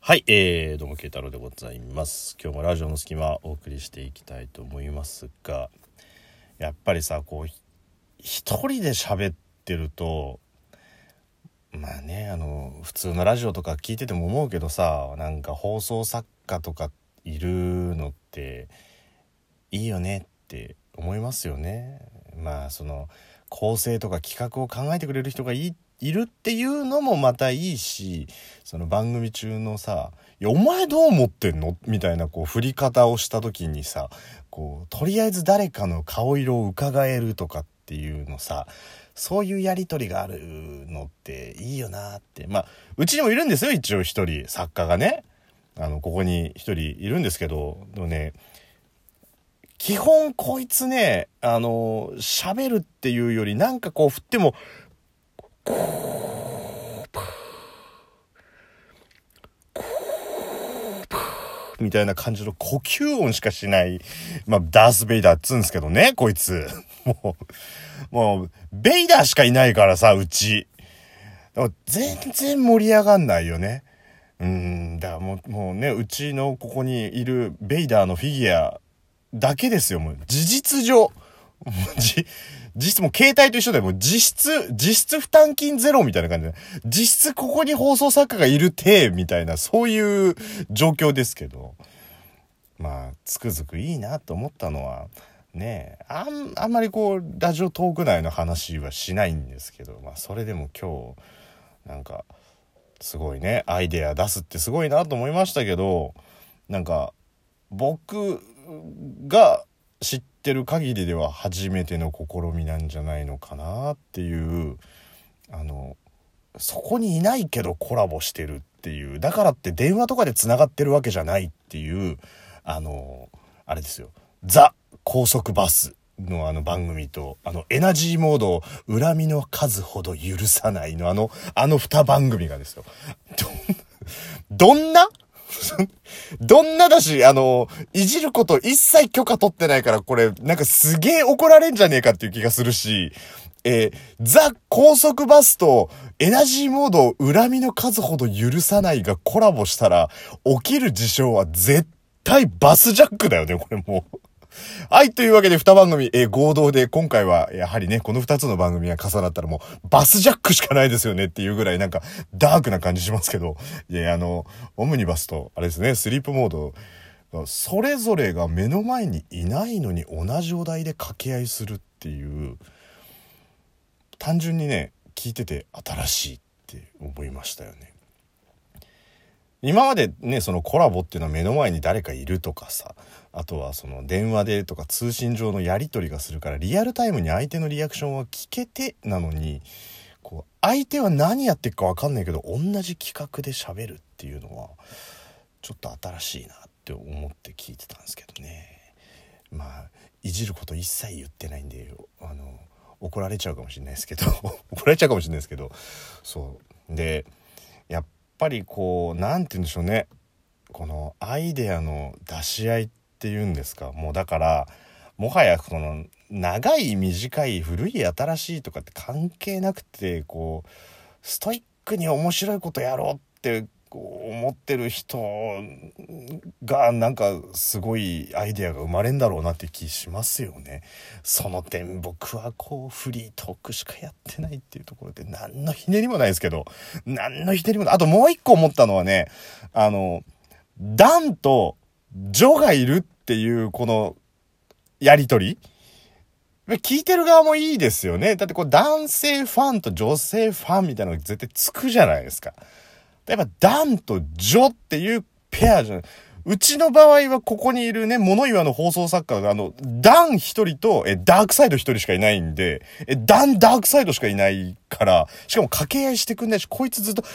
はい、どうも慶太郎でございます。今日もラジオの隙間お送りしていきたいと思いますが、やっぱりさ、こう一人で喋ってると、まあね、普通のラジオとか聞いてても思うけどさ、なんか放送作家とかいるのっていいよねって思いますよね。まあその構成とか企画を考えてくれる人がいるっていうのもまたいいし、その番組中のさ、いやお前どう思ってんのみたいなこう振り方をした時にさ、こうとりあえず誰かの顔色を伺えるとかっていうのさ、そういうやり取りがあるのっていいよなって。まあうちにもいるんですよ、一応一人作家がね、ここに一人いるんですけど、でもね、基本こいつね、喋るっていうよりなんかこう振ってもみたいな感じの呼吸音しかしない、まあダース・ベイダーっつうんですけどね、こいつもうベイダーしかいないからさ、うち全然盛り上がんないよね。だからもうね、うちのここにいるベイダーのフィギュアだけですよ。もう事実上実質もう携帯と一緒で、もう実質負担金ゼロみたいな感じで、実質ここに放送作家がいる体みたいな、そういう状況ですけど、まあつくづくいいなと思ったのはね、あんまりこうラジオトーク内の話はしないんですけど、まあそれでも今日なんかすごいね、アイデア出すってすごいなと思いましたけど、なんか僕が知ってる限りでは初めての試みなんじゃないのかなっていう、そこにいないけどコラボしてるっていう、だからって電話とかでつながってるわけじゃないっていう、あれですよ、ザ高速バスの番組と、エナジーモード恨みの数ほど許さないの2番組がですよ、どんなどんなだし、いじること一切許可取ってないから、これ、なんかすげえ怒られんじゃねえかっていう気がするし、ザ高速バスとエナジーモード恨みの数ほど許さないがコラボしたら、起きる事象は絶対バスジャックだよね、これもう。はい、というわけで2番組、合同で今回はやはりね、この2つの番組が重なったらもうバスジャックしかないですよねっていうぐらいなんかダークな感じしますけど、いや、オムニバスとあれですね、スリープモード、それぞれが目の前にいないのに同じお題で掛け合いするっていう、単純にね、聞いてて新しいって思いましたよね。今までね、そのコラボっていうのは目の前に誰かいるとかさ、あとはその電話でとか通信上のやり取りがするからリアルタイムに相手のリアクションは聞けてなのに、こう相手は何やってるか分かんないけど同じ企画で喋るっていうのはちょっと新しいなって思って聞いてたんですけどね。まあいじること一切言ってないんで、怒られちゃうかもしれないですけど怒られちゃうかもしれないですけど、そうで、やっぱりこうなんて言うんでしょうね、このアイデアの出し合いっていうんですか、もうだからもはやその長い短い古い新しいとかって関係なくて、こうストイックに面白いことやろうってこう思ってる人がなんかすごいアイデアが生まれんだろうなって気しますよね。その点僕はこうフリートークしかやってないっていうところで何のひねりもないですけど、何のひねりもない。あともう一個思ったのはね、ダンとジョがいるっていうこのやりとり、聞いてる側もいいですよね。だってこう男性ファンと女性ファンみたいなのが絶対つくじゃないですか。やっぱダンとジョっていうペアじゃない。うちの場合はここにいるね、物言わの放送作家がダン一人と、ダークサイド一人しかいないんで、ダンダークサイドしかいないから、しかも掛け合いしてくんないし、こいつずっと、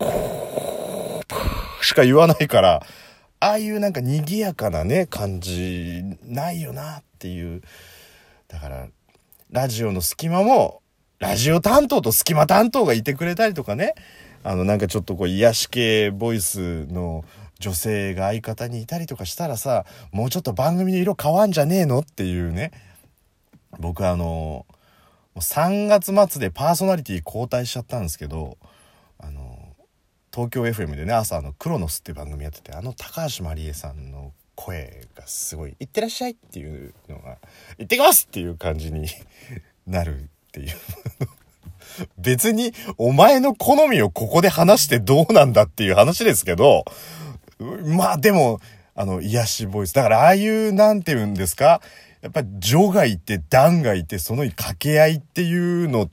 しか言わないから、ああいうなんか賑やかなね、感じ、ないよなっていう。だから、ラジオの隙間も、ラジオ担当と隙間担当がいてくれたりとかね、なんかちょっとこう癒し系ボイスの女性が相方にいたりとかしたらさ、もうちょっと番組の色変わんじゃねえのっていうね。僕3月末でパーソナリティ交代しちゃったんですけど、 東京 FM でね、朝クロノスっていう番組やってて、高橋まりえさんの声がすごい、いってらっしゃいっていうのが、いってきますっていう感じになるっていう。別にお前の好みをここで話してどうなんだっていう話ですけど、まあでも、癒しボイス。だからああいう、なんて言うんですか、やっぱり女がいて男がいて、その掛け合いっていうのって、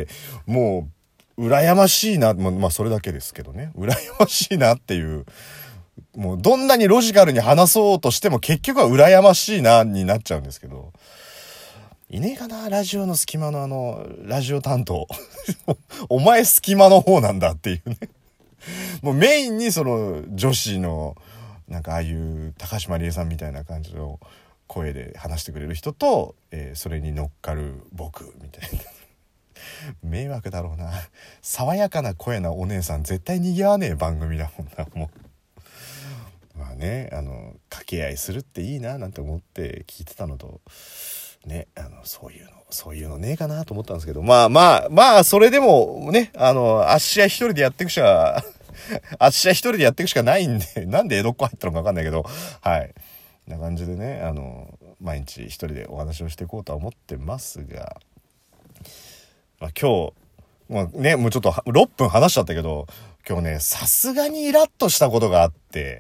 もう、羨ましいな。まあそれだけですけどね。羨ましいなっていう。もうどんなにロジカルに話そうとしても結局は羨ましいなになっちゃうんですけど。いねえかな、ラジオの隙間のラジオ担当。お前隙間の方なんだっていうね。もうメインにその女子の、なんかああいう高橋まりえさんみたいな感じの声で話してくれる人と、それに乗っかる僕みたいな。迷惑だろうな。爽やかな声なお姉さん絶対賑わねえ番組だもんな、もう。まあね、掛け合いするっていいななんて思って聞いてたのと、ね、そういうのねえかなと思ったんですけど、まあ、それでもね、あっしは一人でやっていくしか、あっしは一人でやっていくしかないんで、なんで江戸っ子入ったのかわかんないけど、はい。な感じでね、毎日一人でお話をしていこうとは思ってますが、まあ今日、まあね、もうちょっと6分話しちゃったけど、今日ね、さすがにイラッとしたことがあって、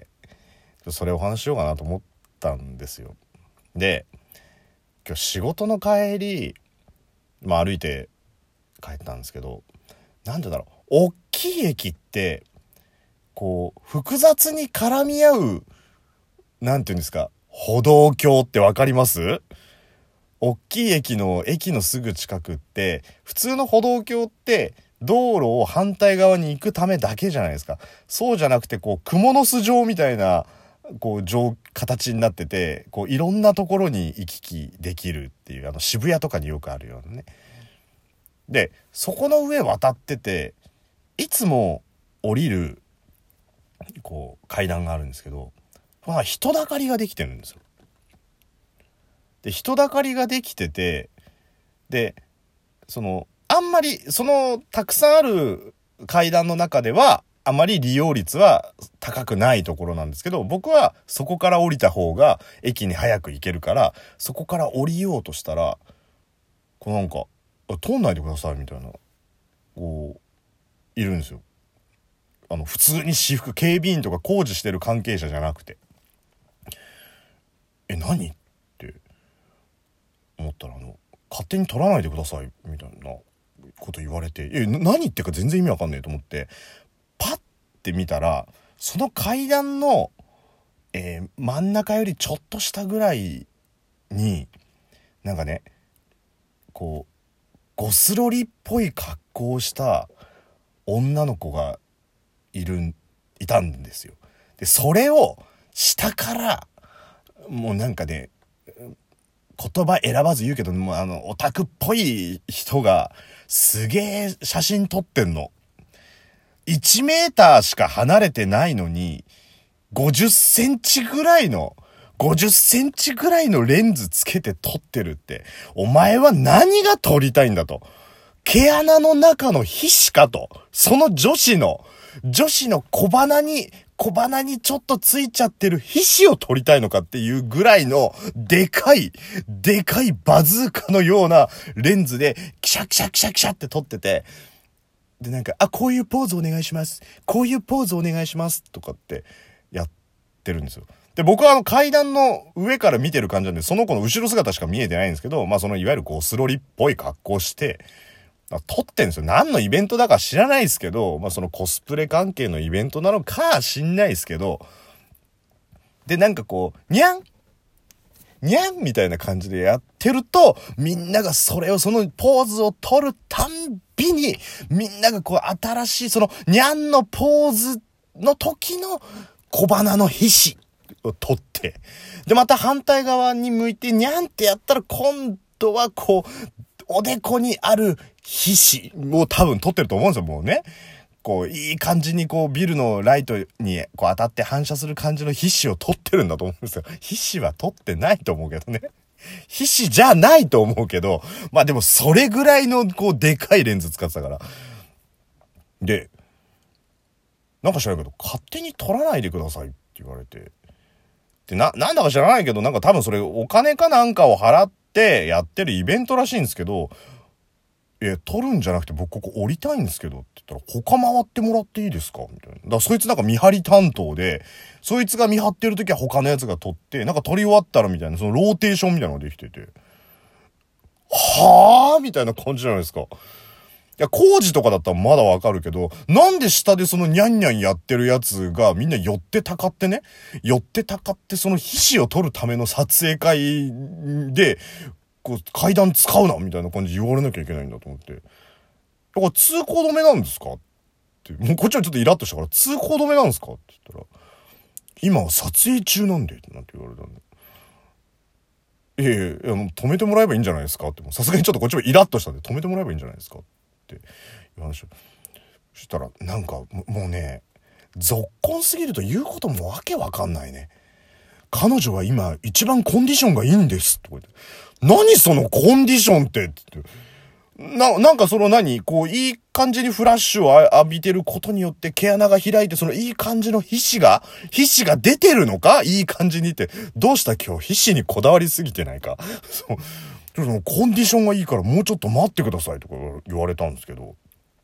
それをお話ししようかなと思ったんですよ。で、今日仕事の帰り、まあ歩いて帰ったんですけど、なんでだろう、大きい駅って、こう、複雑に絡み合う、なんていうんですか、歩道橋ってわかります？大きい駅のすぐ近くって、普通の歩道橋って道路を反対側に行くためだけじゃないですか。そうじゃなくて、こう、蜘蛛の巣状みたいな、こう、形になってて、こう、いろんなところに行き来できるっていう、渋谷とかによくあるようなね。で、そこの上渡ってて、いつも降りる、こう、階段があるんですけど、まあ、人だかりができてるんですよ。で、人だかりができてて、で、あんまり、たくさんある階段の中では、あまり利用率は高くないところなんですけど、僕はそこから降りた方が駅に早く行けるから、そこから降りようとしたら、こうなんか、通んないでくださいみたいな、こう、いるんですよ。普通に私服、警備員とか工事してる関係者じゃなくて。何って思ったら、勝手に取らないでくださいみたいなこと言われて、何言ってるか全然意味わかんないと思って、パッて見たら、その階段の、真ん中よりちょっと下ぐらいに、なんかね、こう、ゴスロリっぽい格好をした女の子がいたんですよ。で、それを下から、もうなんかね、言葉選ばず言うけど、もうオタクっぽい人がすげえ写真撮ってんの。1メーターしか離れてないのに、50センチぐらいのレンズつけて撮ってるって、お前は何が撮りたいんだと。毛穴の中の皮脂かと。その女子の小鼻にちょっとついちゃってる皮脂を撮りたいのかっていうぐらいのでかいバズーカのようなレンズでキシャキシャキシャキシャって撮ってて、でなんか、こういうポーズお願いします。こういうポーズお願いします。とかってやってるんですよ。で、僕は階段の上から見てる感じなんで、その子の後ろ姿しか見えてないんですけど、まあいわゆるゴスロリっぽい格好して、撮ってんですよ。何のイベントだか知らないですけど、まあコスプレ関係のイベントなのか知んないですけど、で、なんかこう、にゃんみたいな感じでやってると、みんながそのポーズを取るたんびに、みんながこう新しいにゃんのポーズの時の小鼻の皮脂を取って、で、また反対側に向いてにゃんってやったら今度はこう、おでこにある皮脂を多分取ってると思うんですよ、もうね。こう、いい感じにこう、ビルのライトにこう当たって反射する感じの皮脂を取ってるんだと思うんですよ。皮脂は取ってないと思うけどね。皮脂じゃないと思うけど、まあでもそれぐらいのこう、でかいレンズ使ってたから。で、 なんか知らないけど、勝手に撮らないでくださいって言われて。で、なんだか知らないけど、なんか多分それお金かなんかを払ってやってるイベントらしいんですけど、撮るんじゃなくて僕ここ降りたいんですけどって言ったら、他回ってもらっていいですかみたいな。だからそいつなんか見張り担当で、そいつが見張ってる時は他のやつが撮って、なんか撮り終わったらみたいな、そのローテーションみたいなのができてて、はぁみたいな感じじゃないですか。いや、工事とかだったらまだわかるけど、なんで下でそのニャンニャンやってるやつがみんな寄ってたかってね、寄ってたかってその皮脂を取るための撮影会で、こう階段使うなみたいな感じで言われなきゃいけないんだと思って。だから通行止めなんですかって、もうこっちはちょっとイラッとしたから、通行止めなんですかって言ったら、今は撮影中なんで、なんて言われたんで。もう止めてもらえばいいんじゃないですかって、さすがにちょっとこっちもイラッとしたんで、止めてもらえばいいんじゃないですかっていう話をしたら、なんかもうね、ぞっこんすぎると言うこともわけわかんないね。彼女は今一番コンディションがいいんですとか言って、何そのコンディションってなんかそのこういい感じにフラッシュを浴びてることによって毛穴が開いて、そのいい感じの皮脂が出てるのか、いい感じにって、どうした今日皮脂にこだわりすぎてないかそう、ちょっとコンディションがいいからもうちょっと待ってくださいとか言われたんですけど、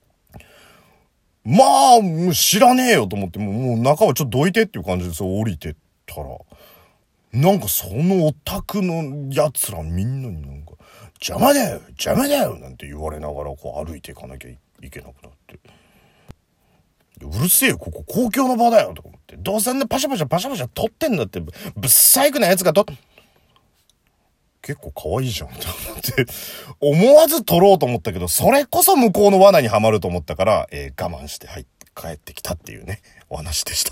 まあ、もう知らねえよと思って、もう中はちょっとどいてっていう感じでそう降りてったら、なんかそのオタクの奴らみんなになんか、邪魔だよなんて言われながらこう歩いていかなきゃいけなくなって。うるせえよ、ここ公共の場だよとか思って。どうせパシャパシャ撮ってんだって、ぶっ細工な奴が結構可愛いじゃんって思って、思わず撮ろうと思ったけど、それこそ向こうの罠にはまると思ったから、我慢して、はい、帰ってきたっていうね、お話でした。